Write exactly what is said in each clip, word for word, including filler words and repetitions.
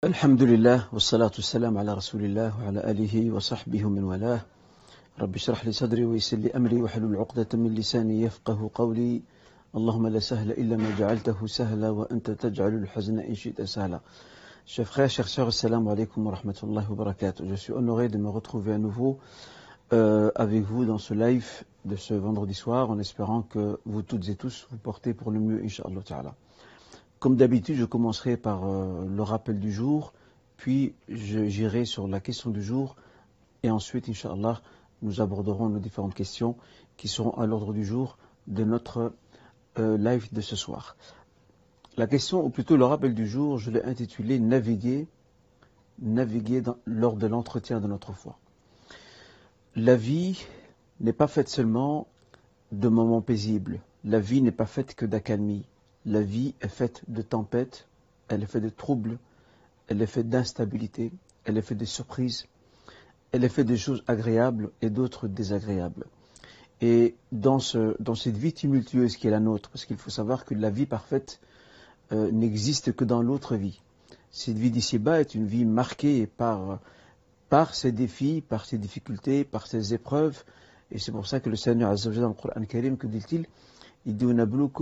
الحمد لله والصلاة والسلام على رسول الله وعلى آله وصحبه ومن والاه. رب اشرح لي صدري ويسر لي أمري واحلل عقدة من لساني يفقه قولي. اللهم لا سهل إلا ما جعلته سهلا وأنت تجعل الحزن إن شئت سهلا. Chers frères, chers sœurs, assalamu alaikum wa rahmatullahi wa barakatuh. Je suis honoré de me retrouver à nouveau euh, avec vous dans ce live de ce vendredi soir, en espérant que vous toutes et tous vous portez pour le mieux, Inch'Allah Ta'ala. Comme d'habitude, je commencerai par euh, le rappel du jour, puis j'irai sur la question du jour, et ensuite, Inch'Allah, nous aborderons nos différentes questions qui seront à l'ordre du jour de notre euh, live de ce soir. La question, ou plutôt le rappel du jour, je l'ai intitulé « Naviguer, naviguer dans, lors de l'entretien de notre foi ». La vie n'est pas faite seulement de moments paisibles. La vie n'est pas faite que d'accalmie. La vie est faite de tempêtes, elle est faite de troubles, elle est faite d'instabilité, elle est faite de surprises, elle est faite de choses agréables et d'autres désagréables. Et dans, ce, dans cette vie tumultueuse qui est la nôtre, parce qu'il faut savoir que la vie parfaite euh, n'existe que dans l'autre vie. Cette vie d'ici-bas est une vie marquée par, par ses défis, par ses difficultés, par ses épreuves. Et c'est pour ça que le Seigneur Azza wa Jalla dans le Coran Karim, que dit-il ? Il dit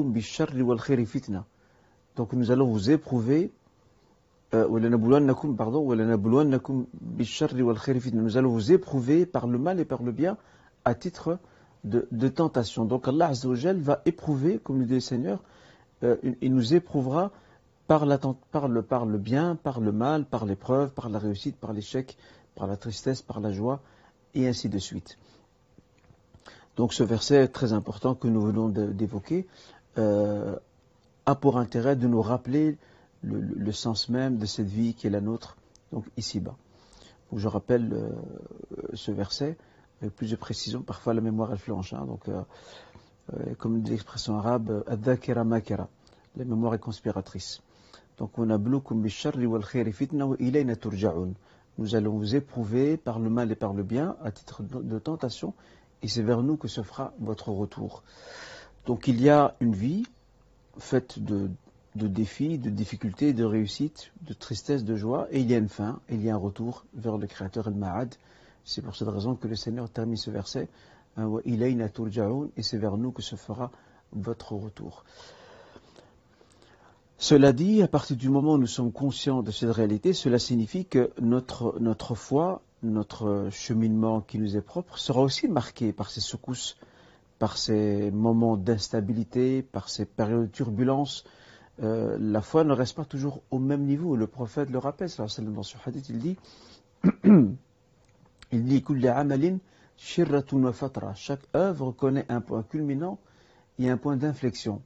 donc nous allons vous éprouver euh, pardon nous allons vous éprouver par le mal et par le bien à titre de, de tentation. Donc Allah Azza wa Jalla va éprouver, comme nous dit le Seigneur, euh, il nous éprouvera par, la, par, le, par le bien, par le mal, par l'épreuve, par la réussite, par l'échec, par la tristesse, par la joie, et ainsi de suite. Donc ce verset très important que nous venons d'évoquer euh, a pour intérêt de nous rappeler le, le, le sens même de cette vie qui est la nôtre, donc ici-bas. Je rappelle euh, ce verset avec plus de précision, parfois la mémoire elle flanche, hein, donc euh, euh, comme dit l'expression arabe, ad-dhakira makira, la mémoire est conspiratrice. Donc on a bloukum bisharri wal khayri fitna wa ilayna turja'un. Nous allons vous éprouver par le mal et par le bien à titre de, de tentation. Et c'est vers nous que se fera votre retour. Donc il y a une vie faite de, de défis, de difficultés, de réussites, de tristesse, de joie, et il y a une fin, il y a un retour vers le Créateur al-Ma'ad. C'est pour cette raison que le Seigneur termine ce verset, et c'est vers nous que se fera votre retour. Cela dit, à partir du moment où nous sommes conscients de cette réalité, cela signifie que notre, notre foi, notre cheminement qui nous est propre, sera aussi marqué par ces secousses, par ces moments d'instabilité, par ces périodes de turbulence. Euh, la foi ne reste pas toujours au même niveau. Le prophète le rappelle, dans ce hadith, il dit il dit kulli amalin shirratun wa fatra. Chaque œuvre connaît un point culminant et un point d'inflexion.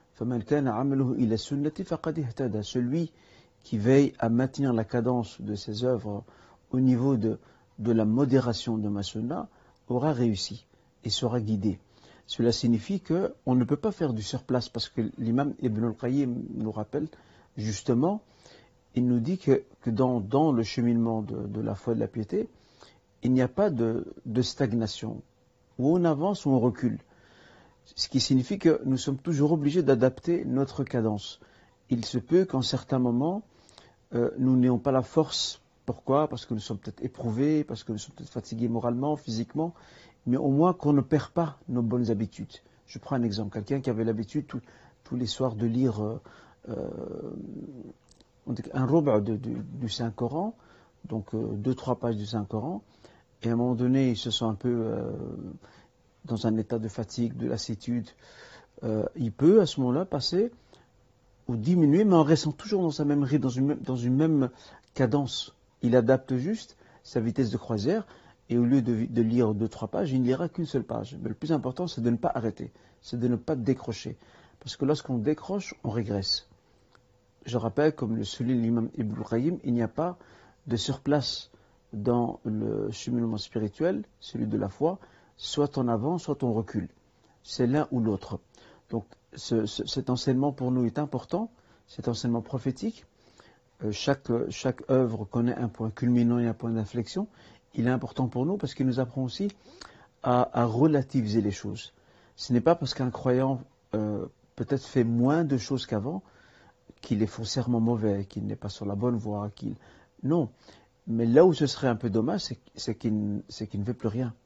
Celui qui veille à maintenir la cadence de ses œuvres au niveau de, de la modération de ma sunna aura réussi et sera guidé. Cela signifie qu'on ne peut pas faire du surplace, parce que l'imam Ibn al-Qayyim nous rappelle justement, il nous dit que, que dans, dans le cheminement de, de la foi et de la piété, il n'y a pas de, de stagnation, où on avance ou on recule. Ce qui signifie que nous sommes toujours obligés d'adapter notre cadence. Il se peut qu'en certains moments, euh, nous n'ayons pas la force. Pourquoi ? Parce que nous sommes peut-être éprouvés, parce que nous sommes peut-être fatigués moralement, physiquement, mais au moins qu'on ne perd pas nos bonnes habitudes. Je prends un exemple. Quelqu'un qui avait l'habitude tout, tous les soirs de lire euh, euh, un roba du Saint-Coran, donc euh, deux, trois pages du Saint-Coran, et à un moment donné, il se sent un peu euh, dans un état de fatigue, de lassitude. Euh, il peut à ce moment-là passer ou diminuer, mais en restant toujours dans sa même rythme, dans une, dans une même cadence. Il adapte juste sa vitesse de croisière, et au lieu de, de lire deux, trois pages, il ne lira qu'une seule page. Mais le plus important, c'est de ne pas arrêter, c'est de ne pas décrocher. Parce que lorsqu'on décroche, on régresse. Je rappelle, comme le souligne l'imam Ibn al-Qayyim, il n'y a pas de surplace dans le cheminement spirituel, celui de la foi, soit on avance, soit on recule. C'est l'un ou l'autre. Donc ce, ce, cet enseignement pour nous est important, cet enseignement prophétique. Euh, chaque, chaque œuvre connaît un point culminant et un point d'inflexion. Il est important pour nous parce qu'il nous apprend aussi à, à relativiser les choses. Ce n'est pas parce qu'un croyant euh, peut-être fait moins de choses qu'avant qu'il est foncièrement mauvais, qu'il n'est pas sur la bonne voie, qu'il... Non. Mais là où ce serait un peu dommage, c'est qu'il qu'il ne fait plus rien.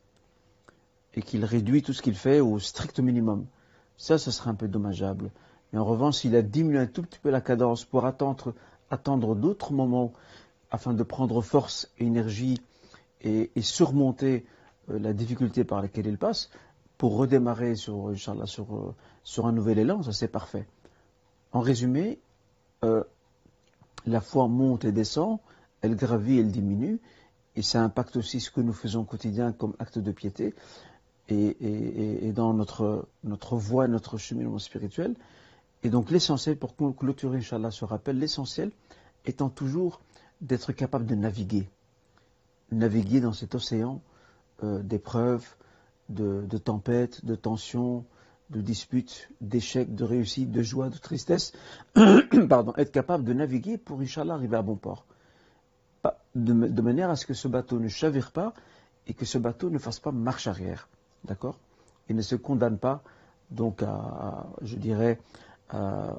Et qu'il réduit tout ce qu'il fait au strict minimum. Ça, ce serait un peu dommageable. Mais en revanche, s'il a diminué un tout petit peu la cadence pour attendre, attendre d'autres moments afin de prendre force, énergie et, et surmonter euh, la difficulté par laquelle il passe, pour redémarrer sur, Inch'Allah, sur, euh, sur un nouvel élan, ça c'est parfait. En résumé, euh, la foi monte et descend, elle gravit, elle diminue, et ça impacte aussi ce que nous faisons au quotidien comme acte de piété, et, et, et dans notre, notre voie, notre cheminement spirituel. Et donc l'essentiel, pour clôturer, Inch'Allah, ce rappel, l'essentiel étant toujours d'être capable de naviguer. Naviguer dans cet océan euh, d'épreuves, de, de tempêtes, de tensions, de disputes, d'échecs, de réussites, de joie, de tristesse. Pardon, être capable de naviguer pour, Inch'Allah, arriver à bon port. De, de manière à ce que ce bateau ne chavire pas et que ce bateau ne fasse pas marche arrière. D'accord? Et ne se condamne pas, donc, à, à je dirais, à,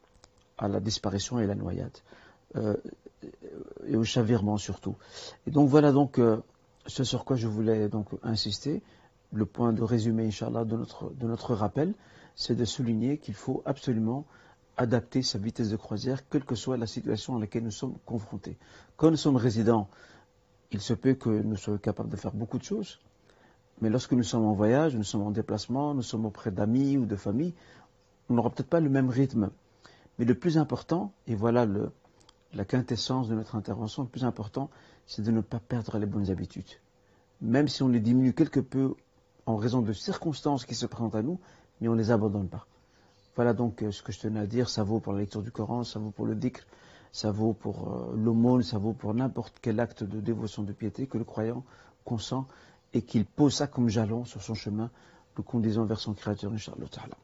à la disparition et à la noyade. Euh, et au chavirement surtout. Et donc voilà donc euh, ce sur quoi je voulais donc insister. Le point de résumé, Inch'Allah, de notre, de notre rappel, c'est de souligner qu'il faut absolument adapter sa vitesse de croisière, quelle que soit la situation à laquelle nous sommes confrontés. Quand nous sommes résidents, il se peut que nous soyons capables de faire beaucoup de choses, mais lorsque nous sommes en voyage, nous sommes en déplacement, nous sommes auprès d'amis ou de famille, on n'aura peut-être pas le même rythme. Mais le plus important, et voilà le, la quintessence de notre intervention, le plus important, c'est de ne pas perdre les bonnes habitudes. Même si on les diminue quelque peu en raison de circonstances qui se présentent à nous, mais on ne les abandonne pas. Voilà donc ce que je tenais à dire. Ça vaut pour la lecture du Coran, ça vaut pour le dhikr, ça vaut pour euh, l'aumône, ça vaut pour n'importe quel acte de dévotion, de piété que le croyant consent et qu'il pose ça comme jalon sur son chemin, le conduisant vers son Créateur, Inch'Allah Ta'ala.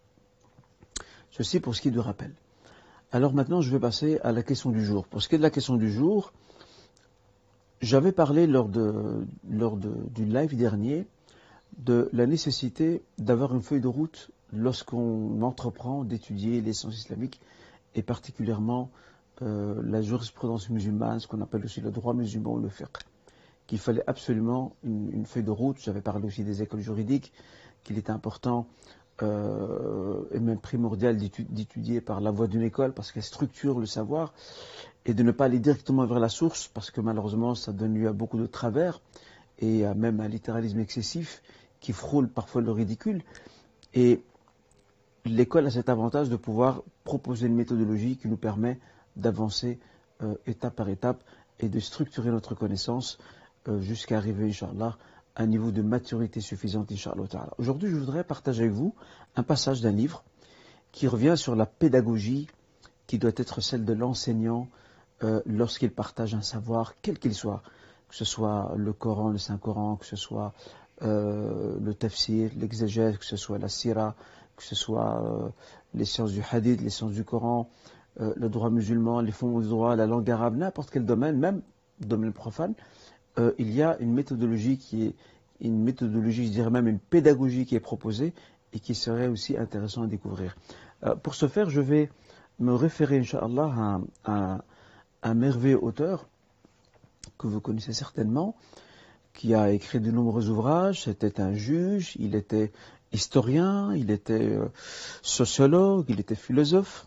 Ceci pour ce qui est du rappel. Alors maintenant, je vais passer à la question du jour. Pour ce qui est de la question du jour, j'avais parlé lors, de, lors de, du live dernier de la nécessité d'avoir une feuille de route lorsqu'on entreprend d'étudier les sciences islamiques et particulièrement euh, la jurisprudence musulmane, ce qu'on appelle aussi le droit musulman ou le fiqh. Qu'il fallait absolument une, une feuille de route. J'avais parlé aussi des écoles juridiques, qu'il était important euh, et même primordial d'étudier par la voie d'une école parce qu'elle structure le savoir et de ne pas aller directement vers la source parce que malheureusement ça donne lieu à beaucoup de travers et à même un littéralisme excessif qui frôle parfois le ridicule. Et l'école a cet avantage de pouvoir proposer une méthodologie qui nous permet d'avancer euh, étape par étape et de structurer notre connaissance euh, jusqu'à arriver, Inch'Allah, à un niveau de maturité suffisante, Inch'Allah. Aujourd'hui, je voudrais partager avec vous un passage d'un livre qui revient sur la pédagogie qui doit être celle de l'enseignant euh, lorsqu'il partage un savoir, quel qu'il soit, que ce soit le Coran, le Saint-Coran, que ce soit euh, le tafsir, l'exégèse, que ce soit la sira, que ce soit euh, les sciences du hadith, les sciences du Coran, euh, le droit musulman, les fonds du droit, la langue arabe, n'importe quel domaine, même domaine profane, euh, il y a une méthodologie qui est une méthodologie, je dirais même une pédagogie qui est proposée et qui serait aussi intéressant à découvrir. Euh, pour ce faire, je vais me référer, Inch'Allah, à, à un merveilleux auteur que vous connaissez certainement, qui a écrit de nombreux ouvrages. C'était un juge, il était historien, il était euh, sociologue, il était philosophe.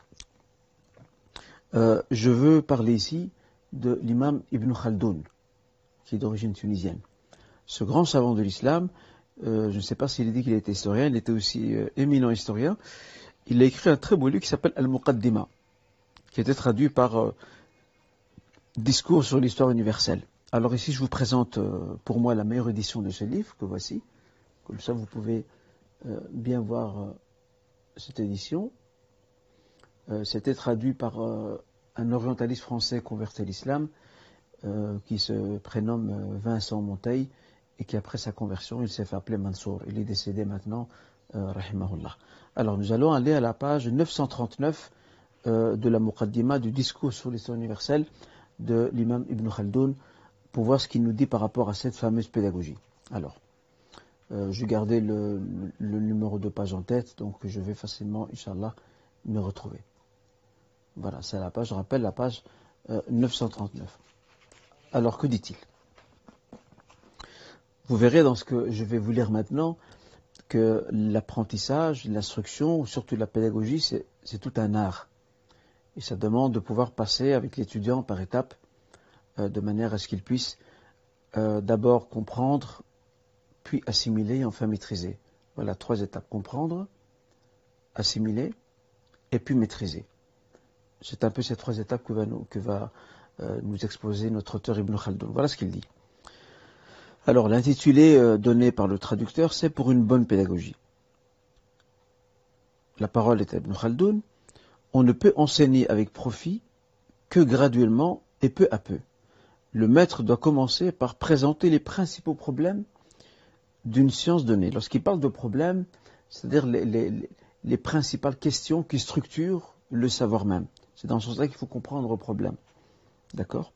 Euh, je veux parler ici de l'imam Ibn Khaldoun, qui est d'origine tunisienne. Ce grand savant de l'islam, euh, je ne sais pas s'il dit qu'il était historien, il était aussi euh, éminent historien. Il a écrit un très beau livre qui s'appelle Al-Muqaddima, qui a été traduit par euh, Discours sur l'histoire universelle. Alors ici, je vous présente euh, pour moi la meilleure édition de ce livre, que voici. Comme ça, vous pouvez euh, bien voir euh, cette édition. Euh, C'était traduit par euh, un orientaliste français converti à l'islam, euh, qui se prénomme euh, Vincent Monteil, et qui après sa conversion, il s'est fait appeler Mansour. Il est décédé maintenant, euh, rahimahullah. Alors nous allons aller à la page neuf cent trente-neuf euh, de la Muqaddima, du discours sur l'histoire universelle de l'imam Ibn Khaldoun, pour voir ce qu'il nous dit par rapport à cette fameuse pédagogie. Alors, euh, je gardais le, le, le numéro de page en tête, donc je vais facilement, Inch'Allah, me retrouver. Voilà, c'est la page, je rappelle, la page euh, neuf cent trente-neuf. Alors, que dit-il? Vous verrez dans ce que je vais vous lire maintenant que l'apprentissage, l'instruction, surtout la pédagogie, c'est, c'est tout un art. Et ça demande de pouvoir passer avec l'étudiant par étapes, euh, de manière à ce qu'il puisse euh, d'abord comprendre, puis assimiler et enfin maîtriser. Voilà, trois étapes. Comprendre, assimiler et puis maîtriser. C'est un peu ces trois étapes que va nous, que va, euh, nous exposer notre auteur Ibn Khaldoun. Voilà ce qu'il dit. Alors, l'intitulé euh, donné par le traducteur, c'est pour une bonne pédagogie. La parole est à Ibn Khaldoun. On ne peut enseigner avec profit que graduellement et peu à peu. Le maître doit commencer par présenter les principaux problèmes d'une science donnée. Lorsqu'il parle de problèmes, c'est-à-dire les, les, les principales questions qui structurent le savoir même. C'est dans ce sens-là qu'il faut comprendre le problème. D'accord ?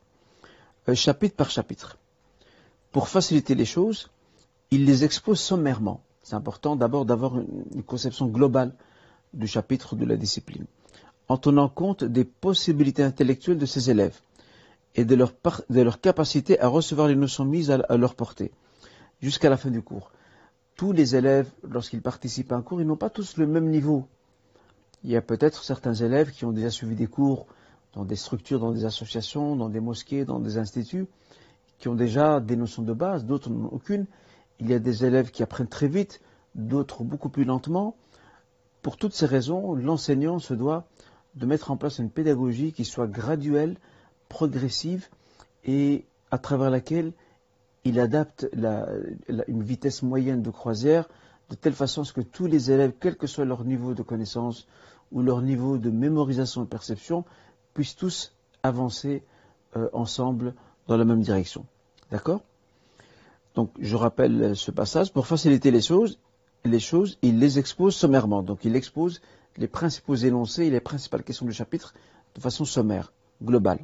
euh, Chapitre par chapitre. Pour faciliter les choses, il les expose sommairement. C'est important d'abord d'avoir une, une conception globale du chapitre de la discipline, en tenant compte des possibilités intellectuelles de ses élèves et de leur, par, de leur capacité à recevoir les notions mises à, à leur portée, jusqu'à la fin du cours. Tous les élèves, lorsqu'ils participent à un cours, ils n'ont pas tous le même niveau. Il y a peut-être certains élèves qui ont déjà suivi des cours dans des structures, dans des associations, dans des mosquées, dans des instituts, qui ont déjà des notions de base, d'autres n'en ont aucune. Il y a des élèves qui apprennent très vite, d'autres beaucoup plus lentement. Pour toutes ces raisons, l'enseignant se doit de mettre en place une pédagogie qui soit graduelle, progressive et à travers laquelle il adapte la, la, une vitesse moyenne de croisière de telle façon à ce que tous les élèves, quel que soit leur niveau de connaissance ou leur niveau de mémorisation et de perception, puissent tous avancer euh, ensemble dans la même direction. D'accord ? Donc, je rappelle ce passage. Pour faciliter les choses, les choses, il les expose sommairement. Donc, il expose les principaux énoncés et les principales questions du chapitre de façon sommaire, globale,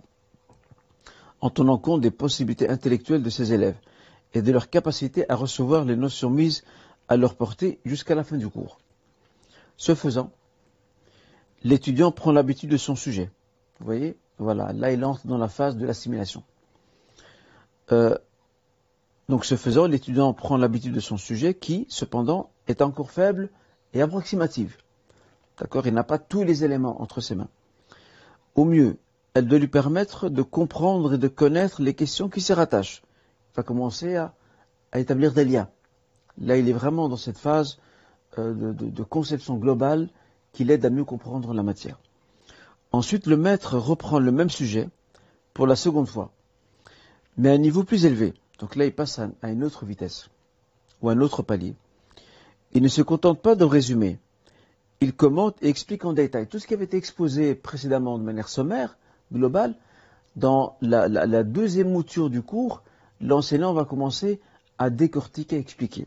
en tenant compte des possibilités intellectuelles de ses élèves et de leur capacité à recevoir les notions mises à leur portée jusqu'à la fin du cours. Ce faisant, l'étudiant prend l'habitude de son sujet. Vous voyez ? Voilà, là il entre dans la phase de l'assimilation. Euh, donc ce faisant, l'étudiant prend l'habitude de son sujet qui, cependant, est encore faible et approximative. D'accord ? Il n'a pas tous les éléments entre ses mains. Au mieux, elle doit lui permettre de comprendre et de connaître les questions qui s'y rattachent. Il va commencer à, à établir des liens. Là, il est vraiment dans cette phase euh, de, de, de conception globale qui l'aide à mieux comprendre la matière. Ensuite, le maître reprend le même sujet pour la seconde fois, mais à un niveau plus élevé. Donc là, il passe à, à une autre vitesse ou à un autre palier. Il ne se contente pas de résumer. Il commente et explique en détail tout ce qui avait été exposé précédemment de manière sommaire, globale. Dans la, la, la deuxième mouture du cours, l'enseignant va commencer à décortiquer et expliquer.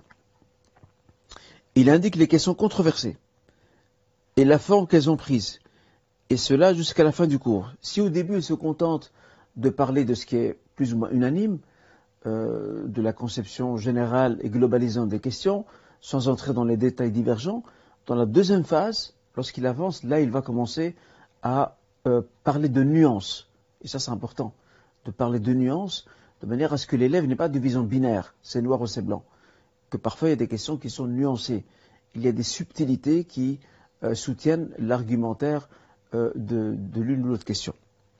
Il indique les questions controversées et la forme qu'elles ont prise, et cela jusqu'à la fin du cours. Si au début il se contente de parler de ce qui est plus ou moins unanime, euh, de la conception générale et globalisante des questions, sans entrer dans les détails divergents, dans la deuxième phase, lorsqu'il avance, là il va commencer à euh, parler de nuances. Et ça c'est important, de parler de nuances, de manière à ce que l'élève n'ait pas de vision binaire, c'est noir ou c'est blanc. Que parfois il y a des questions qui sont nuancées. Il y a des subtilités qui euh, soutiennent l'argumentaire euh, de, de l'une ou l'autre question.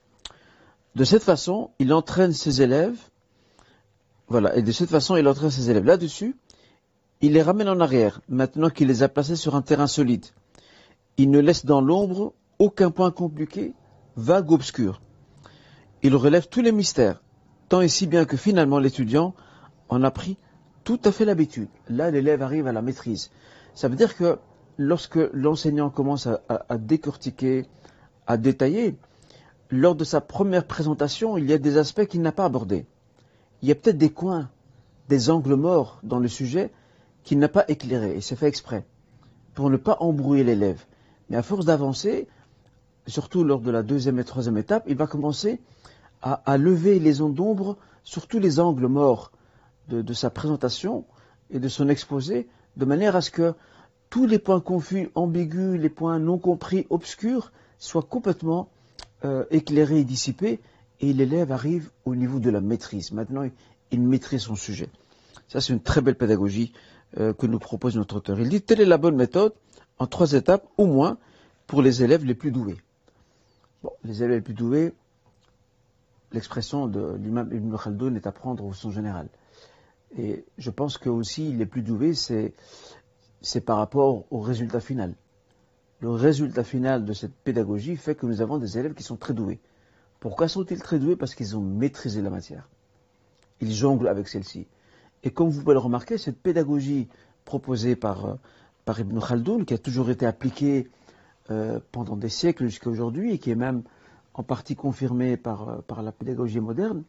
De cette façon, il entraîne ses élèves, voilà, et de cette façon, il entraîne ses élèves. Là-dessus, il les ramène en arrière, maintenant qu'il les a placés sur un terrain solide. Il ne laisse dans l'ombre aucun point compliqué, vague ou obscur. Il relève tous les mystères, tant et si bien que finalement l'étudiant en a pris tout à fait l'habitude. Là, l'élève arrive à la maîtrise. Ça veut dire que lorsque l'enseignant commence à, à, à décortiquer, à détailler, lors de sa première présentation, il y a des aspects qu'il n'a pas abordés. Il y a peut-être des coins, des angles morts dans le sujet qu'il n'a pas éclairés, et c'est fait exprès, pour ne pas embrouiller l'élève. Mais à force d'avancer, surtout lors de la deuxième et troisième étape, il va commencer à, à lever les ondes d'ombre sur tous les angles morts De, de sa présentation et de son exposé, de manière à ce que tous les points confus, ambigus, les points non compris, obscurs, soient complètement euh, éclairé et dissipé, et l'élève arrive au niveau de la maîtrise. Maintenant, il, il maîtrise son sujet. Ça, c'est une très belle pédagogie euh, que nous propose notre auteur. Il dit, telle est la bonne méthode, en trois étapes, au moins, pour les élèves les plus doués. Bon, les élèves les plus doués, l'expression de l'imam Ibn Khaldoun est à prendre au sens général. Et je pense que aussi, les plus doués, c'est, c'est par rapport au résultat final. Le résultat final de cette pédagogie fait que nous avons des élèves qui sont très doués. Pourquoi sont-ils très doués? Parce qu'ils ont maîtrisé la matière. Ils jonglent avec celle-ci. Et comme vous pouvez le remarquer, cette pédagogie proposée par, par Ibn Khaldoun, qui a toujours été appliquée euh, pendant des siècles jusqu'à aujourd'hui, et qui est même en partie confirmée par, par la pédagogie moderne,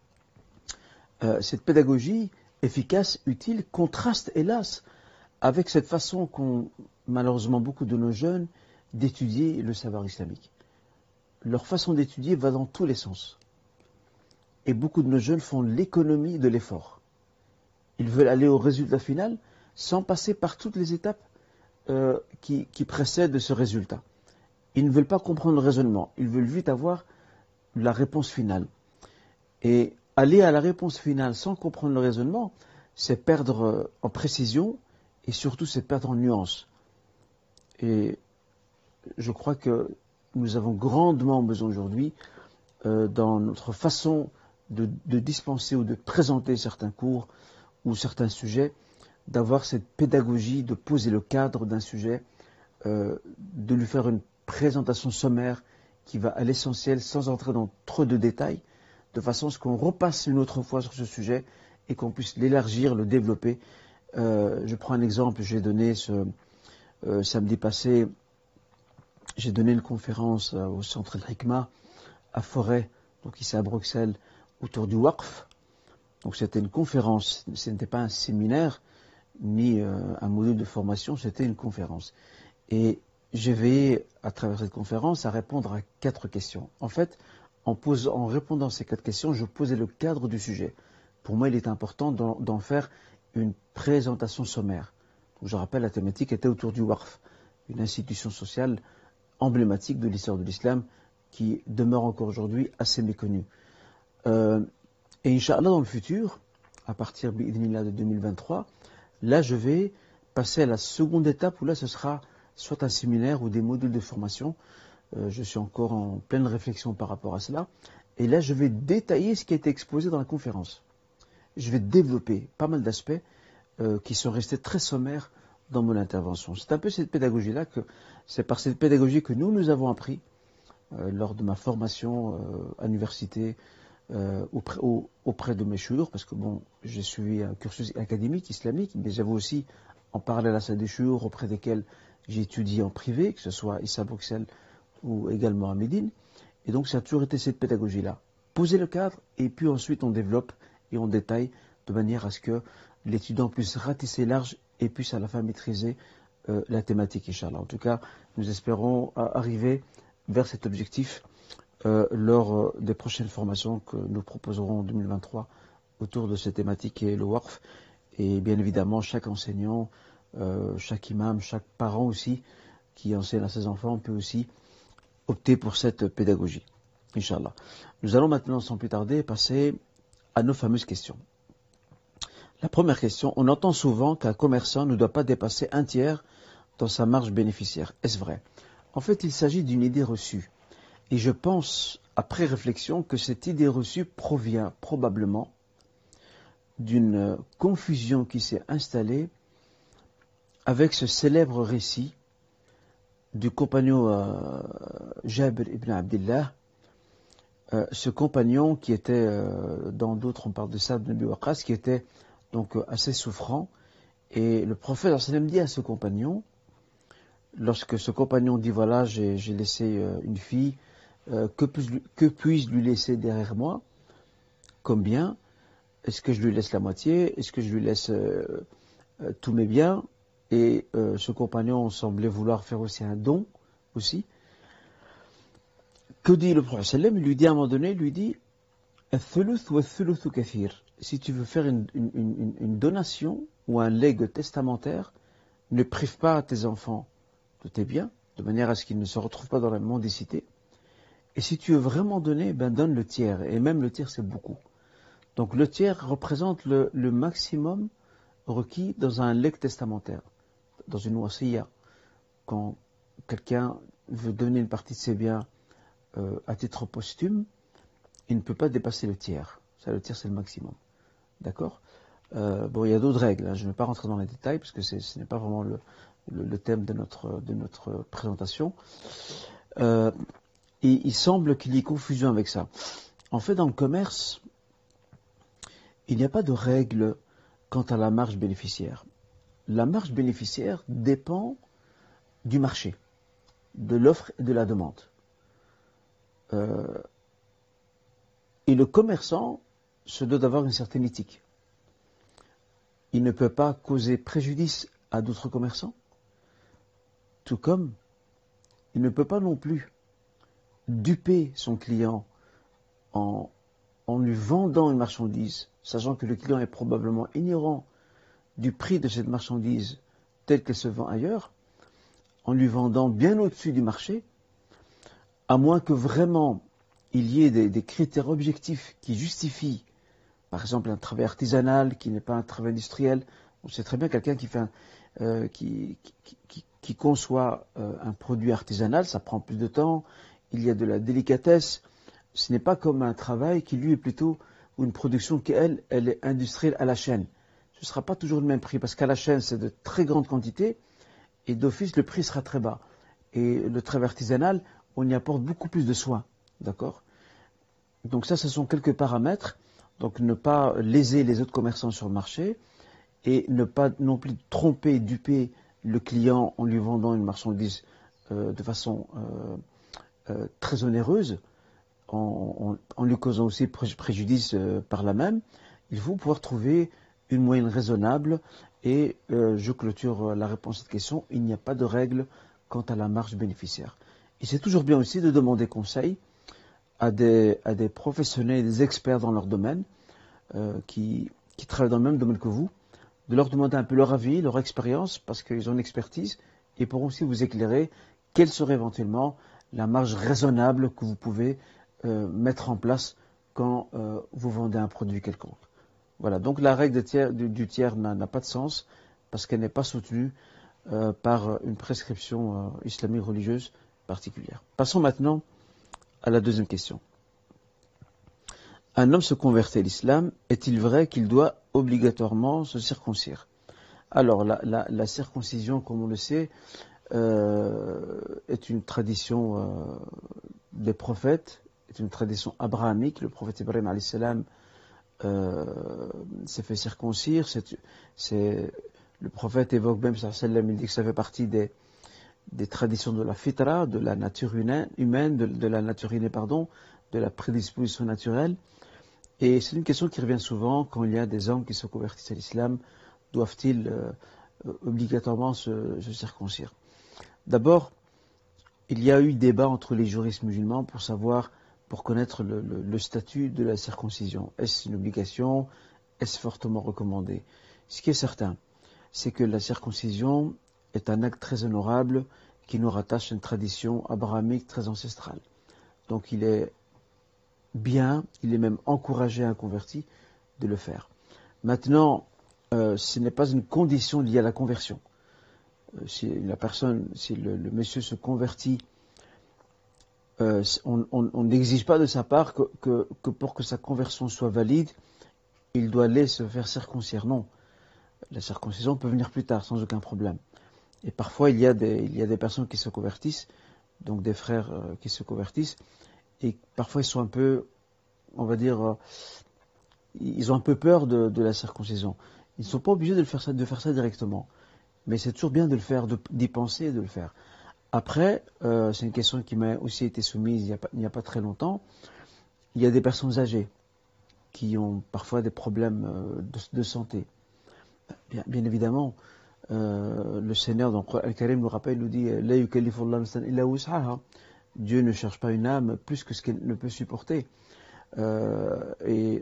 euh, cette pédagogie efficace, utile, contraste, hélas, avec cette façon qu'ont malheureusement beaucoup de nos jeunes d'étudier le savoir islamique. Leur façon d'étudier va dans tous les sens. Et beaucoup de nos jeunes font l'économie de l'effort. Ils veulent aller au résultat final sans passer par toutes les étapes euh, qui, qui précèdent ce résultat. Ils ne veulent pas comprendre le raisonnement. Ils veulent vite avoir la réponse finale. Et aller à la réponse finale sans comprendre le raisonnement, c'est perdre en précision et surtout c'est perdre en nuance. Et je crois que nous avons grandement besoin aujourd'hui, euh, dans notre façon de, de dispenser ou de présenter certains cours ou certains sujets, d'avoir cette pédagogie, de poser le cadre d'un sujet, euh, de lui faire une présentation sommaire qui va à l'essentiel sans entrer dans trop de détails, de façon à ce qu'on repasse une autre fois sur ce sujet et qu'on puisse l'élargir, le développer. Euh, je prends un exemple, j'ai donné ce euh, samedi passé, j'ai donné une conférence euh, au centre Al-Hikma à Forêt, donc ici à Bruxelles, autour du Waqf. Donc c'était une conférence, ce n'était pas un séminaire ni euh, un module de formation, c'était une conférence. Et j'ai veillé à travers cette conférence à répondre à quatre questions. En fait, en, pose, en répondant à ces quatre questions, je posais le cadre du sujet. Pour moi, il est important d'en, d'en faire une présentation sommaire. Donc, je rappelle, la thématique était autour du Waqf, une institution sociale emblématique de l'histoire de l'islam qui demeure encore aujourd'hui assez méconnue. Euh, et Inch'Allah, dans le futur, à partir bi'idhnillah de deux mille vingt-trois, là, je vais passer à la seconde étape où là, ce sera soit un séminaire ou des modules de formation. Euh, je suis encore en pleine réflexion par rapport à cela. Et là, je vais détailler ce qui a été exposé dans la conférence. Je vais développer pas mal d'aspects euh, qui sont restés très sommaires dans mon intervention. C'est un peu cette pédagogie-là que, c'est par cette pédagogie que nous, nous avons appris euh, lors de ma formation euh, à l'université, euh, auprès, au, auprès de mes chouurs, parce que bon, j'ai suivi un cursus académique islamique, mais j'avais aussi en parallèle à ça des chouurs auprès desquels j'ai étudié en privé, que ce soit ici à Bruxelles ou également à Médine. Et donc, ça a toujours été cette pédagogie-là. Poser le cadre, et puis ensuite on développe et on détaille de manière à ce que l'étudiant puisse ratisser large et puisse à la fin maîtriser euh, la thématique, Inch'Allah. En tout cas, nous espérons arriver vers cet objectif euh, lors euh, des prochaines formations que nous proposerons en deux mille vingt-trois autour de cette thématique qui est le Waqf. Et bien évidemment, chaque enseignant, euh, chaque imam, chaque parent aussi, qui enseigne à ses enfants, peut aussi opter pour cette pédagogie. Inch'Allah. Nous allons maintenant, sans plus tarder, passer à nos fameuses questions. La première question, on entend souvent qu'un commerçant ne doit pas dépasser un tiers dans sa marge bénéficiaire. Est-ce vrai? En fait, il s'agit d'une idée reçue. Et je pense, après réflexion, que cette idée reçue provient probablement d'une confusion qui s'est installée avec ce célèbre récit du compagnon euh, Jabir ibn Abdillah, euh, ce compagnon qui était, euh, dans d'autres on parle de Sa'd ibn Abi Waqqas, qui était donc euh, assez souffrant, et le prophète sallam dit à ce compagnon, lorsque ce compagnon dit voilà, j'ai, j'ai laissé euh, une fille, euh, que, puis, que puis-je lui laisser derrière moi comme bien? Est-ce que je lui laisse la moitié? Est-ce que je lui laisse euh, euh, tous mes biens? Et euh, ce compagnon semblait vouloir faire aussi un don aussi. Que dit le prophète sallam? Il lui dit à un moment donné, il lui dit si tu veux faire une, une, une, une donation ou un legs testamentaire, ne prive pas tes enfants de tes biens, de manière à ce qu'ils ne se retrouvent pas dans la mendicité. Et si tu veux vraiment donner, ben donne le tiers. Et même le tiers, c'est beaucoup. Donc le tiers représente le, le maximum requis dans un legs testamentaire, dans une wasiya. Quand quelqu'un veut donner une partie de ses biens euh, à titre posthume, il ne peut pas dépasser le tiers. Ça, le tiers, c'est le maximum. D'accord euh, Bon, il y a d'autres règles. Hein. Je ne vais pas rentrer dans les détails parce que ce n'est pas vraiment le, le, le thème de notre, de notre présentation. Euh, et il semble qu'il y ait confusion avec ça. En fait, dans le commerce, il n'y a pas de règle quant à la marge bénéficiaire. La marge bénéficiaire dépend du marché, de l'offre et de la demande. Euh, et le commerçant se doit d'avoir une certaine éthique. Il ne peut pas causer préjudice à d'autres commerçants, tout comme il ne peut pas non plus duper son client en, en lui vendant une marchandise, sachant que le client est probablement ignorant du prix de cette marchandise telle qu'elle se vend ailleurs, en lui vendant bien au-dessus du marché, à moins que vraiment il y ait des, des critères objectifs qui justifient, par exemple, un travail artisanal qui n'est pas un travail industriel. On sait très bien quelqu'un qui, fait un, euh, qui, qui, qui, qui conçoit euh, un produit artisanal, ça prend plus de temps, il y a de la délicatesse. Ce n'est pas comme un travail qui, lui, est plutôt une production qui, elle, elle est industrielle à la chaîne. Ce ne sera pas toujours le même prix, parce qu'à la chaîne, c'est de très grandes quantités, et d'office, le prix sera très bas. Et le travail artisanal, on y apporte beaucoup plus de soins. D'accord ? Donc ça, ce sont quelques paramètres. Donc ne pas léser les autres commerçants sur le marché et ne pas non plus tromper, duper le client en lui vendant une marchandise euh, de façon euh, euh, très onéreuse, en, en, en lui causant aussi préjudice euh, par là même. Il faut pouvoir trouver une moyenne raisonnable et euh, je clôture la réponse à cette question. Il n'y a pas de règle quant à la marge bénéficiaire. Et c'est toujours bien aussi de demander conseil à des, à des professionnels, des experts dans leur domaine, euh, qui, qui travaillent dans le même domaine que vous, de leur demander un peu leur avis, leur expérience, parce qu'ils ont une expertise, et pourront aussi vous éclairer quelle serait éventuellement la marge raisonnable que vous pouvez euh, mettre en place quand euh, vous vendez un produit quelconque. Voilà, donc la règle de tiers, du, du tiers n'a pas de sens, parce qu'elle n'est pas soutenue euh, par une prescription euh, islamique religieuse particulière. Passons maintenant à la deuxième question. Un homme se convertit à l'islam, est-il vrai qu'il doit obligatoirement se circoncire? Alors, la, la, la circoncision, comme on le sait, euh, est une tradition euh, des prophètes, est une tradition abrahamique. Le prophète Ibrahim alayhi salam euh, s'est fait circoncire. C'est, c'est, le prophète évoque même, il dit que ça fait partie des, des traditions de la fitra, de la nature humaine, de, de la nature innée, pardon, de la prédisposition naturelle. Et c'est une question qui revient souvent quand il y a des hommes qui se convertissent à l'islam. Doivent-ils euh, obligatoirement se, se circoncire? D'abord, il y a eu débat entre les juristes musulmans pour savoir, pour connaître le, le, le statut de la circoncision. Est-ce une obligation? Est-ce fortement recommandé? Ce qui est certain, c'est que la circoncision est un acte très honorable qui nous rattache à une tradition abrahamique très ancestrale. Donc il est bien, il est même encouragé à un converti de le faire. Maintenant, euh, ce n'est pas une condition liée à la conversion. Euh, si la personne, si le, le monsieur se convertit, euh, on n'exige pas de sa part que, que, que pour que sa conversion soit valide, il doit aller se faire circoncire. Non, la circoncision peut venir plus tard sans aucun problème. Et parfois il y a des, il y a des personnes qui se convertissent, donc des frères euh, qui se convertissent, et parfois ils sont un peu, on va dire, euh, ils ont un peu peur de, de la circoncision. Ils ne sont pas obligés de, le faire ça, de faire ça directement, mais c'est toujours bien de le faire, de, d'y penser et de le faire. Après, euh, c'est une question qui m'a aussi été soumise il n'y a pas, il n'y a pas très longtemps. Il y a des personnes âgées qui ont parfois des problèmes euh, de, de santé. Bien, bien évidemment, euh, le Seigneur dans le Al-Karim nous rappelle, nous dit La yukallifu Allahu nafsan illa wus'aha. Dieu ne cherche pas une âme plus que ce qu'elle ne peut supporter. Euh, et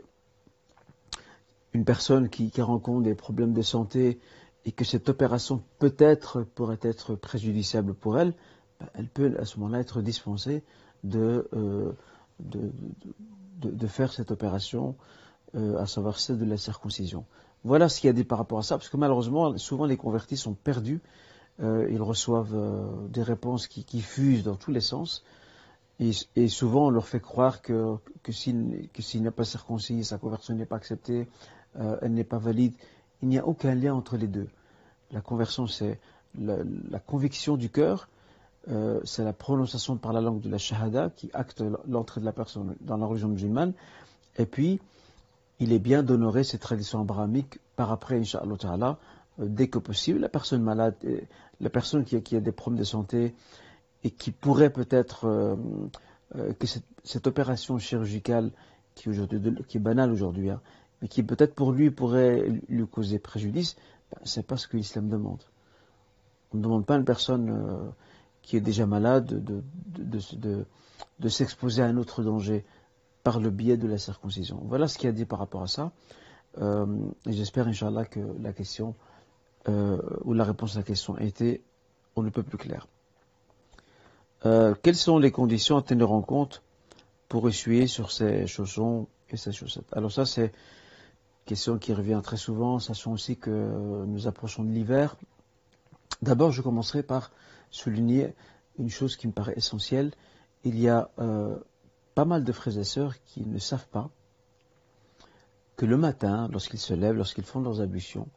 une personne qui, qui rencontre des problèmes de santé et que cette opération peut-être pourrait être préjudiciable pour elle, elle peut à ce moment-là être dispensée de, euh, de, de, de faire cette opération, euh, à savoir celle de la circoncision. Voilà ce qu'il y a dit par rapport à ça, parce que malheureusement, souvent les convertis sont perdus, euh, ils reçoivent euh, des réponses qui, qui fusent dans tous les sens, et, et souvent on leur fait croire que, que s'il, que s'il n'est pas circoncis, sa conversion n'est pas acceptée, euh, elle n'est pas valide. Il n'y a aucun lien entre les deux. La conversion, c'est la, la conviction du cœur, euh, c'est la prononciation par la langue de la shahada qui acte l'entrée de la personne dans la religion musulmane, et puis il est bien d'honorer ces traditions abrahamiques par après, Inch'Allah Ta'ala, euh, dès que possible. La personne malade, euh, la personne qui a, qui a des problèmes de santé et qui pourrait peut-être, euh, euh, que cette, cette opération chirurgicale qui, aujourd'hui, qui est banale aujourd'hui, hein, mais qui peut-être pour lui pourrait lui causer préjudice, ben, c'est pas ce que l'islam demande. On ne demande pas à une personne euh, qui est déjà malade de, de, de, de, de s'exposer à un autre danger par le biais de la circoncision. Voilà ce qu'il a dit par rapport à ça. Euh, et j'espère, Inch'Allah, que la question, euh, ou la réponse à la question a été on ne peut plus claire. Euh, quelles sont les conditions à tenir en compte pour essuyer sur ses chaussons et ses chaussettes? Alors ça, c'est une question qui revient très souvent, sachant aussi que nous approchons de l'hiver. D'abord, je commencerai par souligner une chose qui me paraît essentielle. Il y a euh, pas mal de frères et sœurs qui ne savent pas que le matin, lorsqu'ils se lèvent, lorsqu'ils font leurs ablutions,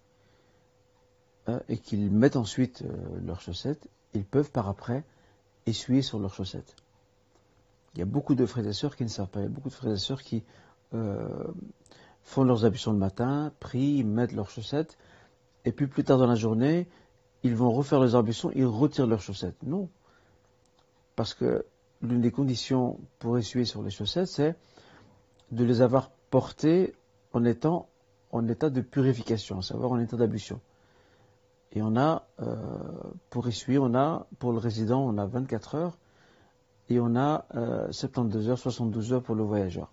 euh, et qu'ils mettent ensuite euh, leurs chaussettes, ils peuvent par après essuyer sur leurs chaussettes. Il y a beaucoup de frères et sœurs qui ne savent pas. Il y a beaucoup de frères et sœurs qui euh, font leurs ablutions le matin, prient, mettent leurs chaussettes, et puis plus tard dans la journée, ils vont refaire leurs ablutions, ils retirent leurs chaussettes. Non. Parce que l'une des conditions pour essuyer sur les chaussettes, c'est de les avoir portées en étant en état de purification, à savoir en état d'ablution. Et on a, euh, pour essuyer, on a, pour le résident, on a vingt-quatre heures, et on a euh, soixante-douze heures, soixante-douze heures pour le voyageur.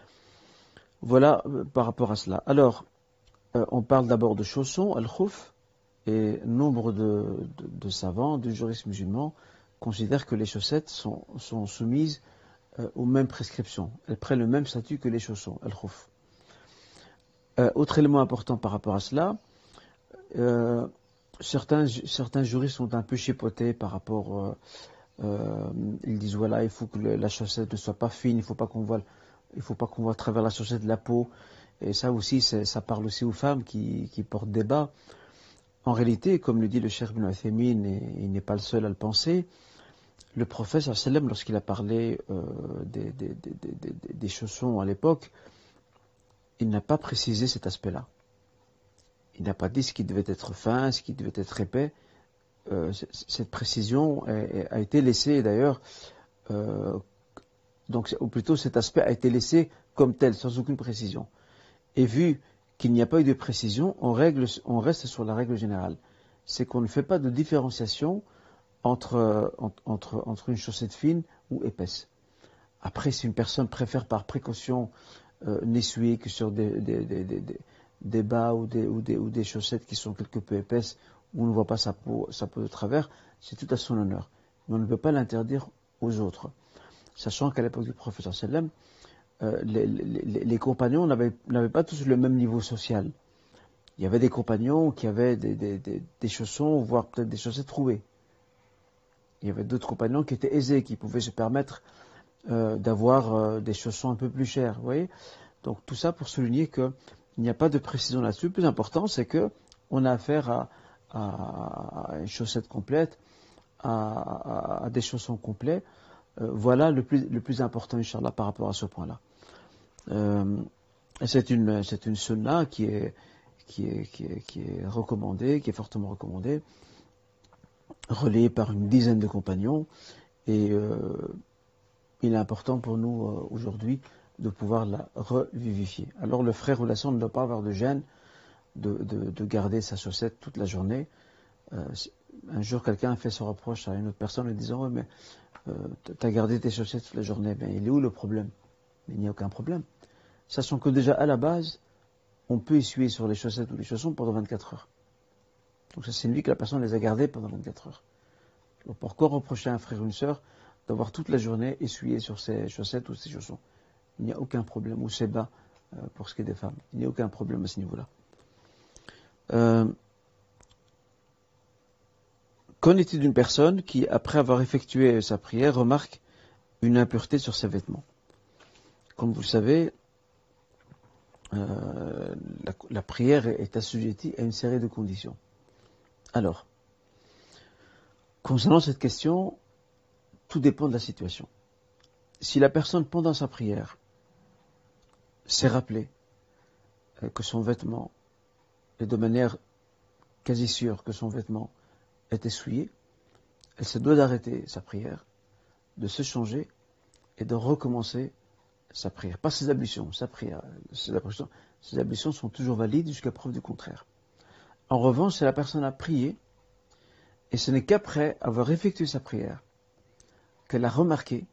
Voilà euh, par rapport à cela. Alors, euh, on parle d'abord de chaussons, al-khouf, et nombre de, de, de savants, de juristes musulmans, considèrent que les chaussettes sont, sont soumises euh, aux mêmes prescriptions. Elles prennent le même statut que les chaussons, al-khouf. Euh, autre élément important par rapport à cela, euh, certains, certains juristes sont un peu chipotés par rapport, euh, euh, ils disent voilà, il faut que le, la chaussette ne soit pas fine, il ne faut pas qu'on voit, il faut pas qu'on voit à travers la chaussette de la peau, et ça aussi, ça parle aussi aux femmes qui, qui portent des bas. En réalité, comme le dit le Cheikh Ibn Uthaymin, et il n'est pas le seul à le penser, le prophète sallallahu alayhi wa sallam, lorsqu'il a parlé euh, des, des, des, des, des chaussons à l'époque, il n'a pas précisé cet aspect-là. Il n'a pas dit ce qui devait être fin, ce qui devait être épais. Euh, cette précision a, a été laissée d'ailleurs, euh, donc, ou plutôt cet aspect a été laissé comme tel, sans aucune précision. Et vu qu'il n'y a pas eu de précision, on, règle, on reste sur la règle générale. C'est qu'on ne fait pas de différenciation entre, entre, entre une chaussette fine ou épaisse. Après, si une personne préfère par précaution euh, n'essuyer que sur des, des, des, des, des bas ou des, ou, des, ou des chaussettes qui sont quelque peu épaisses, où on ne voit pas sa peau, sa peau de travers, c'est tout à son honneur. Mais on ne peut pas l'interdire aux autres. Sachant qu'à l'époque du prophète sallam, euh, les, les, les compagnons n'avaient, n'avaient pas tous le même niveau social. Il y avait des compagnons qui avaient des, des, des, des chaussons, voire peut-être des chaussettes trouées. Il y avait d'autres compagnons qui étaient aisés, qui pouvaient se permettre euh, d'avoir euh, des chaussons un peu plus chers. Vous voyez ? Donc tout ça pour souligner qu'il n'y a pas de précision là-dessus. Le plus important, c'est qu'on a affaire à, à, à une chaussette complète, à, à, à des chaussons complets. Euh, voilà le plus, le plus important, Inch'Allah, par rapport à ce point-là. Euh, c'est une, c'est une sunna qui est, qui est, qui est, qui est recommandée, qui est fortement recommandée, relayée par une dizaine de compagnons, et euh, il est important pour nous euh, aujourd'hui de pouvoir la revivifier. Alors le frère ou la sœur ne doit pas avoir de gêne de, de, de garder sa chaussette toute la journée. Euh, un jour, quelqu'un a fait son reproche à une autre personne en disant oh, mais euh, tu as gardé tes chaussettes toute la journée. Ben, il est où le problème? Il n'y a aucun problème. Sachant que déjà à la base, on peut essuyer sur les chaussettes ou les chaussons pendant vingt-quatre heures. Donc ça c'est lui que la personne les a gardées pendant vingt-quatre heures. Donc pourquoi reprocher à un frère ou une sœur d'avoir toute la journée essuyé sur ses chaussettes ou ses chaussons. Il n'y a aucun problème, ou ses bas euh, pour ce qui est des femmes. Il n'y a aucun problème à ce niveau-là. Euh, Qu'en est-il d'une personne qui, après avoir effectué sa prière, remarque une impureté sur ses vêtements? Comme vous le savez, euh, la, la prière est assujettie à une série de conditions. Alors, concernant cette question, tout dépend de la situation. Si la personne, pendant sa prière, s'est rappelé que son vêtement, et de manière quasi sûre que son vêtement est essuyé, elle se doit d'arrêter sa prière, de se changer et de recommencer sa prière. Pas ses ablutions, sa prière. Ses ablutions, ses ablutions sont toujours valides jusqu'à preuve du contraire. En revanche, si la personne a prié, et ce n'est qu'après avoir effectué sa prière qu'elle a remarqué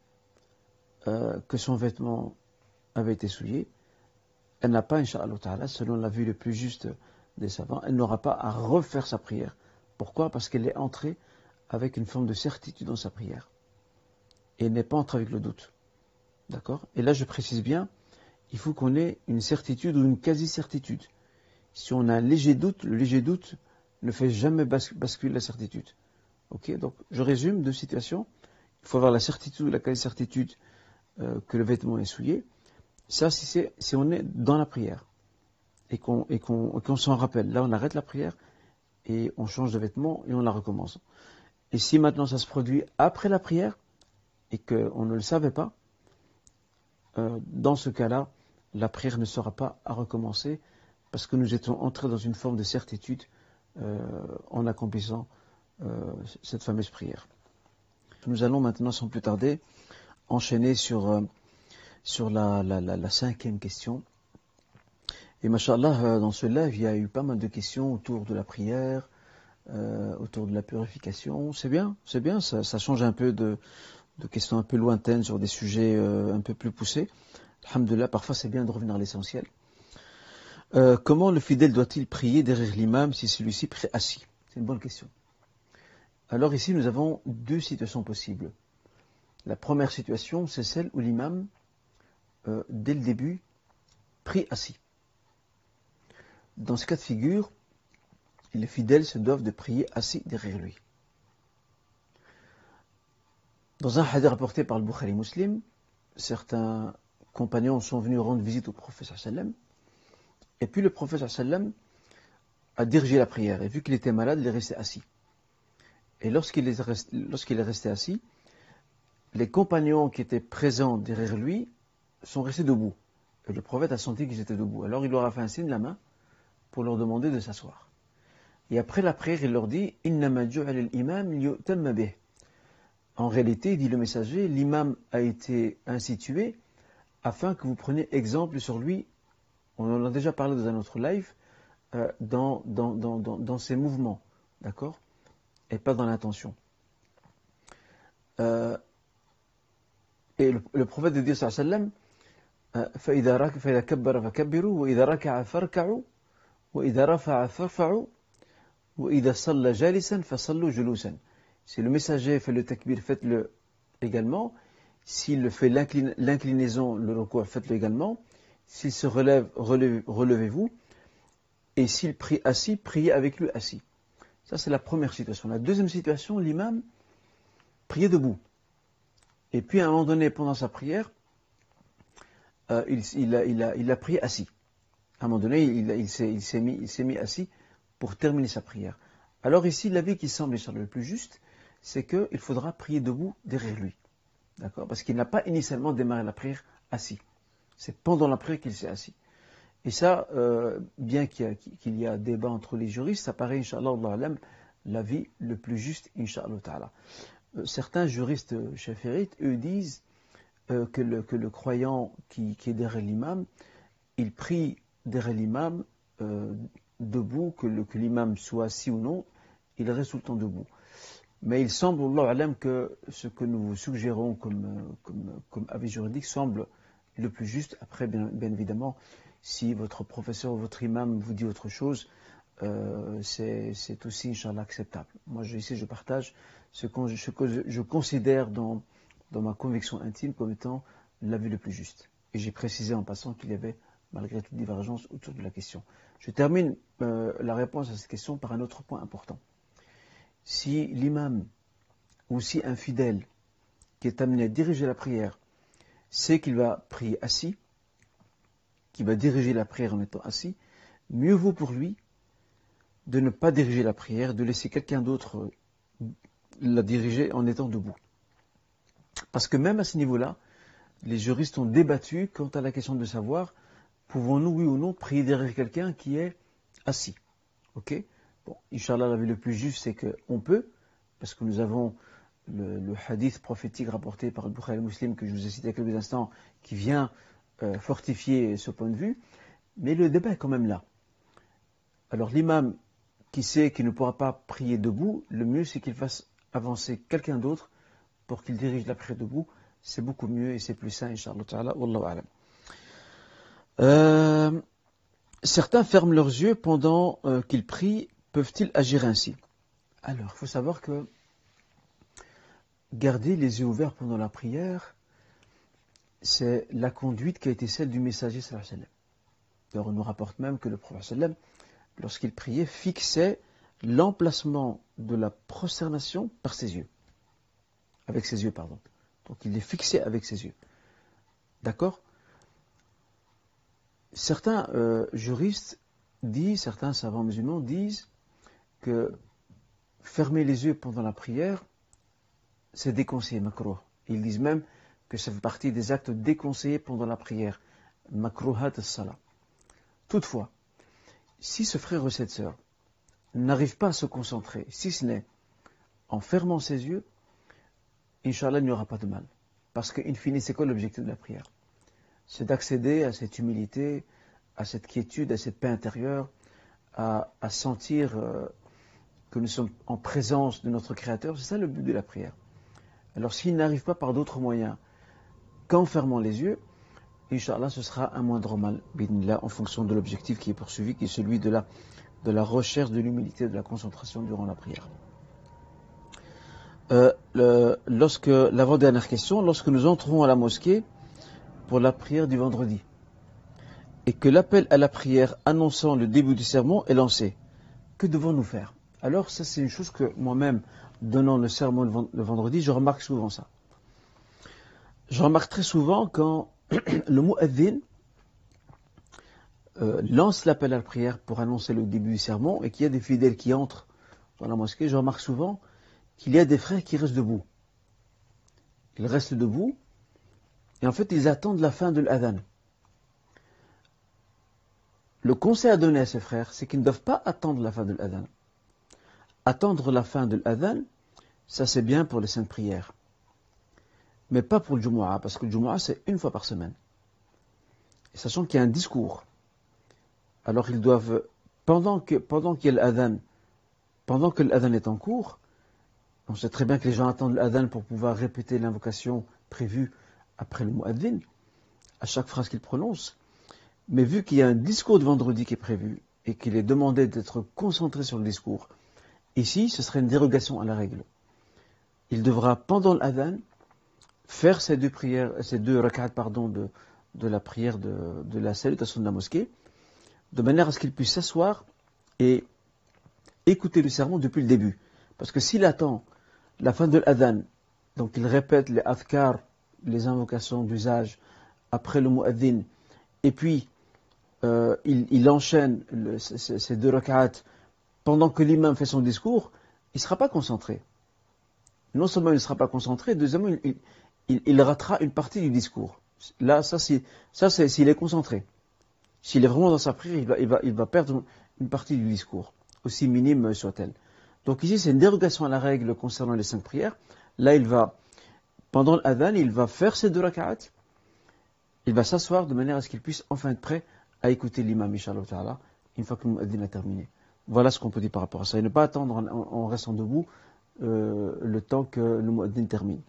euh, que son vêtement avait été souillé, elle n'a pas, Inch'Allah Ta'ala, selon la vue le plus juste des savants, elle n'aura pas à refaire sa prière. Pourquoi? Parce qu'elle est entrée avec une forme de certitude dans sa prière. Et elle n'est pas entrée avec le doute. D'accord? Et là, je précise bien, il faut qu'on ait une certitude ou une quasi-certitude. Si on a un léger doute, le léger doute ne fait jamais bas- basculer la certitude. Ok? Donc, je résume deux situations. Il faut avoir la certitude ou la quasi-certitude euh, que le vêtement est souillé. Ça, si, c'est, si on est dans la prière et qu'on, et qu'on, et qu'on s'en rappelle, là on arrête la prière et on change de vêtement et on la recommence. Et si maintenant ça se produit après la prière et qu'on ne le savait pas, euh, dans ce cas-là, la prière ne sera pas à recommencer parce que nous étions entrés dans une forme de certitude euh, en accomplissant euh, cette fameuse prière. Nous allons maintenant, sans plus tarder, enchaîner sur... Euh, sur la, la, la, la cinquième question. Et machallah, dans ce live, il y a eu pas mal de questions autour de la prière, euh, autour de la purification. C'est bien, c'est bien, ça, ça change un peu de, de questions un peu lointaines sur des sujets euh, un peu plus poussés. Alhamdulillah, parfois c'est bien de revenir à l'essentiel. Euh, comment le fidèle doit-il prier derrière l'imam si celui-ci prie assis? C'est une bonne question. Alors ici, nous avons deux situations possibles. La première situation, c'est celle où l'imam Euh, dès le début, prie assis. Dans ce cas de figure, les fidèles se doivent de prier assis derrière lui. Dans un hadith rapporté par le Bukhari Muslim, certains compagnons sont venus rendre visite au prophète sallam, et puis le prophète sallam a dirigé la prière, et vu qu'il était malade, il est resté assis. Et lorsqu'il est resté, lorsqu'il est resté assis, les compagnons qui étaient présents derrière lui sont restés debout. Et le prophète a senti qu'ils étaient debout. Alors il leur a fait un signe de la main pour leur demander de s'asseoir. Et après la prière, il leur dit « Innama ju'ala al-imam liyu'tamma bih » En réalité, dit le messager, l'imam a été institué afin que vous preniez exemple sur lui. On en a déjà parlé dans un autre live, euh, dans, dans, dans, dans, dans ses mouvements, d'accord? Et pas dans l'intention. Euh, et le, le prophète de Dieu sallallahu alayhi wa sallam فإذا كبر فكبروا وإذا ركع فاركعوا وإذا رفع فارفعوا وإذا صلى جالسا فصلوا جلوسا. Si le messager fait le takbir, faites-le également. S'il fait l'inclin, l'inclinaison, le recours, faites-le également. S'il se relève, relève, relevez-vous. Et s'il prie assis, priez avec lui assis. Ça, c'est la première situation. La deuxième situation, l'imam priait debout. Et puis, à un moment donné, pendant sa prière, euh, il, il, a, il, a, il a prié assis. À un moment donné, il, il, s'est, il, s'est mis, il s'est mis assis pour terminer sa prière. Alors ici, l'avis qui semble le plus juste, c'est qu'il faudra prier debout derrière lui. D'accord? Parce qu'il n'a pas initialement démarré la prière assis. C'est pendant la prière qu'il s'est assis. Et ça, euh, bien qu'il y, a, qu'il y a débat entre les juristes, ça paraît, Inch'Allah, l'avis le plus juste, Inch'Allah ta'ala. Euh, certains juristes chaférites, eux, disent euh, que, le, que le croyant qui, qui est derrière l'imam, il prie derrière l'imam euh, debout, que, le, que l'imam soit assis ou non, il reste tout le temps debout. Mais il semble, Allah alam, que ce que nous vous suggérons comme, comme, comme avis juridique semble le plus juste. Après, bien, bien évidemment, si votre professeur ou votre imam vous dit autre chose, euh, c'est, c'est aussi, Inch'Allah, acceptable. Moi, je, ici, je partage ce, qu'on, ce que je, je considère dans, dans ma conviction intime comme étant l'avis le plus juste. Et j'ai précisé en passant qu'il y avait malgré toute divergence autour de la question. Je termine euh, la réponse à cette question par un autre point important. Si l'imam ou si un fidèle qui est amené à diriger la prière sait qu'il va prier assis, qu'il va diriger la prière en étant assis, mieux vaut pour lui de ne pas diriger la prière, de laisser quelqu'un d'autre la diriger en étant debout. Parce que même à ce niveau-là, les juristes ont débattu quant à la question de savoir, pouvons-nous, oui ou non, prier derrière quelqu'un qui est assis. Ok ? Bon, Inch'Allah, l'avis le plus juste, c'est qu'on peut, parce que nous avons le, le hadith prophétique rapporté par le Bukhari Muslim, que je vous ai cité il y a quelques instants, qui vient euh, fortifier ce point de vue, mais le débat est quand même là. Alors l'imam qui sait qu'il ne pourra pas prier debout, le mieux c'est qu'il fasse avancer quelqu'un d'autre pour qu'il dirige la prière debout. C'est beaucoup mieux et c'est plus sain, Inch'Allah ta'ala, wallahu a'lam. Euh, certains ferment leurs yeux pendant euh, qu'ils prient. Peuvent-ils agir ainsi? Alors, il faut savoir que garder les yeux ouverts pendant la prière, c'est la conduite qui a été celle du messager sallallahu alayhi wa sallam. Alors, on nous rapporte même que le prophète sallallahu alayhi wa sallam, lorsqu'il priait, fixait l'emplacement de la prosternation par ses yeux. Avec ses yeux, pardon. Donc il les fixait avec ses yeux. D'accord? Certains euh, juristes disent, certains savants musulmans disent que fermer les yeux pendant la prière, c'est déconseillé, makruh. Ils disent même que ça fait partie des actes déconseillés pendant la prière. Makruhat as-salah. Toutefois, si ce frère ou cette sœur n'arrive pas à se concentrer, si ce n'est en fermant ses yeux, Inch'Allah, il n'y aura pas de mal. Parce qu'in fine, c'est quoi l'objectif de la prière? C'est d'accéder à cette humilité, à cette quiétude, à cette paix intérieure, à, à sentir euh, que nous sommes en présence de notre Créateur. C'est ça le but de la prière. Alors s'il n'arrive pas par d'autres moyens qu'en fermant les yeux, Inch'Allah, ce sera un moindre mal, bidnillah, en fonction de l'objectif qui est poursuivi, qui est celui de la, de la recherche de l'humilité, de la concentration durant la prière. Euh, le, lorsque, l'avant-dernière question, lorsque nous entrons à la mosquée pour la prière du vendredi, et que l'appel à la prière annonçant le début du sermon est lancé, que devons-nous faire? Alors ça c'est une chose que moi-même, donnant le sermon le vendredi, je remarque souvent ça. Je remarque très souvent quand le mu'adhin euh, lance l'appel à la prière pour annoncer le début du sermon et qu'il y a des fidèles qui entrent dans la mosquée, je remarque souvent qu'il y a des frères qui restent debout. Ils restent debout et en fait ils attendent la fin de l'adhan. Le conseil à donner à ces frères, c'est qu'ils ne doivent pas attendre la fin de l'adhan. Attendre la fin de l'adhan, ça c'est bien pour les saintes prières. Mais pas pour le Jumu'ah, parce que le Jumu'ah c'est une fois par semaine. Et sachant qu'il y a un discours, alors ils doivent, pendant que, pendant qu'il y a l'adhan, pendant que l'adhan est en cours, on sait très bien que les gens attendent l'adhan pour pouvoir répéter l'invocation prévue après le mu'adhin, à chaque phrase qu'il prononce. Mais vu qu'il y a un discours de vendredi qui est prévu, et qu'il est demandé d'être concentré sur le discours, ici ce serait une dérogation à la règle. Il devra, pendant l'adhan, faire ces deux prières, ces deux rak'at, pardon, de, de la prière de, de la salutation de la mosquée, de manière à ce qu'il puisse s'asseoir et écouter le sermon depuis le début. Parce que s'il attend la fin de l'adhan, donc il répète les adhkar, les invocations d'usage, après le mu'adhin, et puis euh, il, il enchaîne le, ces, ces deux rak'at pendant que l'imam fait son discours, il ne sera pas concentré. Non seulement il ne sera pas concentré, deuxièmement, il, il, il, il ratera une partie du discours. Là, ça, c'est, ça c'est s'il est concentré. S'il est vraiment dans sa prière, il va, il va, il va perdre une partie du discours, aussi minime soit-elle. Donc ici, c'est une dérogation à la règle concernant les cinq prières. Là, il va, pendant l'adhan, il va faire ses deux rak'at, il va s'asseoir de manière à ce qu'il puisse enfin être prêt à écouter l'imam, inshallah ta'ala, une fois que le mu'adhin a terminé. Voilà ce qu'on peut dire par rapport à ça. Et ne pas attendre en, en restant debout euh, le temps que le mu'adhin termine.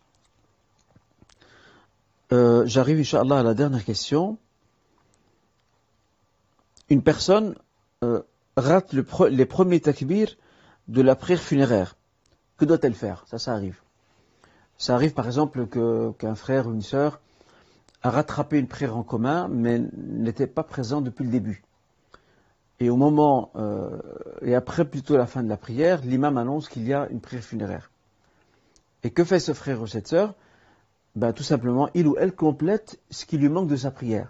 Euh, j'arrive, inshallah, à la dernière question. Une personne euh, rate le pre- les premiers takbir de la prière funéraire. Que doit-elle faire? Ça, ça arrive. Ça arrive par exemple que, qu'un frère ou une sœur a rattrapé une prière en commun, mais n'était pas présent depuis le début. Et au moment, euh, et après plutôt la fin de la prière, l'imam annonce qu'il y a une prière funéraire. Et que fait ce frère ou cette sœur? Ben, tout simplement, il ou elle complète ce qui lui manque de sa prière.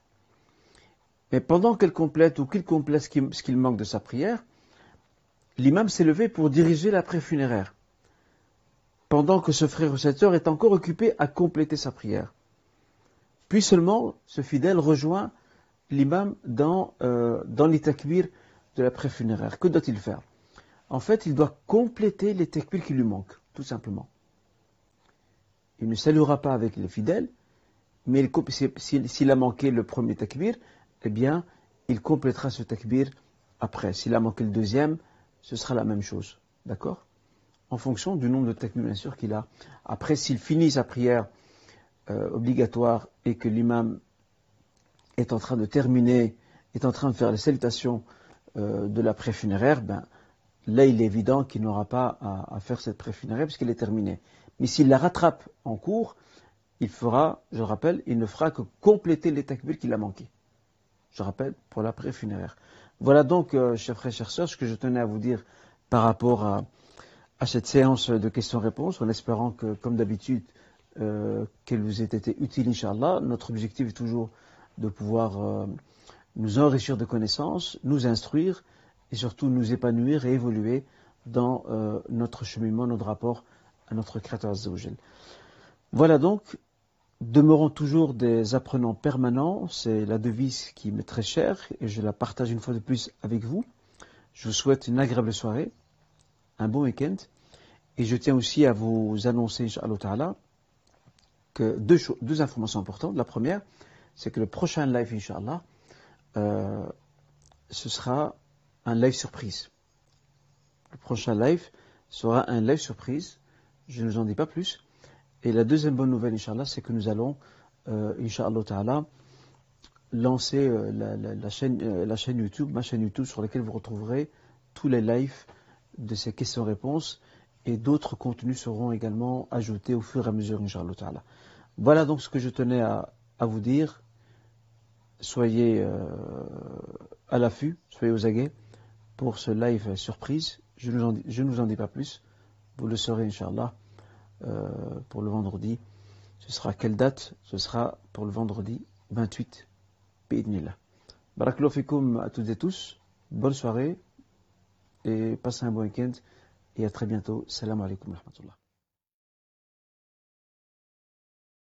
Mais pendant qu'elle complète ou qu'il complète ce qu'il, ce qu'il manque de sa prière, l'imam s'est levé pour diriger la prière funéraire. Pendant que ce frère ou cette sœur est encore occupé à compléter sa prière. Puis seulement, ce fidèle rejoint l'imam dans, euh, dans les takbirs de la prière funéraire. Que doit-il faire? En fait, il doit compléter les takbirs qui lui manquent, tout simplement. Il ne saluera pas avec les fidèles, mais il, s'il, s'il a manqué le premier takbir, eh bien, il complétera ce takbir après. S'il a manqué le deuxième, ce sera la même chose. D'accord? En fonction du nombre de takbir, bien sûr, qu'il a. Après, s'il finit sa prière euh, obligatoire et que l'imam est en train de terminer, est en train de faire les salutations euh, de la prière funéraire, ben, là, il est évident qu'il n'aura pas à, à faire cette prière funéraire puisqu'elle est terminée. Mais s'il la rattrape en cours, il fera, je rappelle, il ne fera que compléter les takbir qu'il a manqué. Je rappelle, pour la prière funéraire. Voilà donc, euh, chers frères et chères sœurs, ce que je tenais à vous dire par rapport à, à cette séance de questions-réponses, en espérant que, comme d'habitude, euh, qu'elle vous ait été utile, Inch'Allah. Notre objectif est toujours de pouvoir euh, nous enrichir de connaissances, nous instruire et surtout nous épanouir et évoluer dans euh, notre cheminement, notre rapport à notre Créateur Azza wa Jal. Voilà donc, demeurons toujours des apprenants permanents, c'est la devise qui m'est très chère et je la partage une fois de plus avec vous. Je vous souhaite une agréable soirée, un bon week-end et je tiens aussi à vous annoncer, Inch'Allah Ta'ala, que deux, deux informations importantes. La première, c'est que le prochain live, Inch'Allah, euh, ce sera un live surprise. Le prochain live sera un live surprise, je ne vous en dis pas plus. Et la deuxième bonne nouvelle, Inch'Allah, c'est que nous allons, euh, Inch'Allah Ta'ala, lancer euh, la, la, la, chaîne, euh, la chaîne YouTube, ma chaîne YouTube, sur laquelle vous retrouverez tous les lives de ces questions-réponses et d'autres contenus seront également ajoutés au fur et à mesure, Inch'Allah Ta'ala. Voilà donc ce que je tenais à, à vous dire. Soyez euh, à l'affût, soyez aux aguets pour ce live surprise. Je ne vous, je ne vous en dis pas plus. Vous le saurez, Inch'Allah, euh, pour le vendredi. Ce sera quelle date? Ce sera pour le vendredi vingt-huit. Bi'idnillah. Barakallahu fikoum à toutes et tous. Bonne soirée et passez un bon week-end. Et à très bientôt. Salam alaikum wa rahmatullah.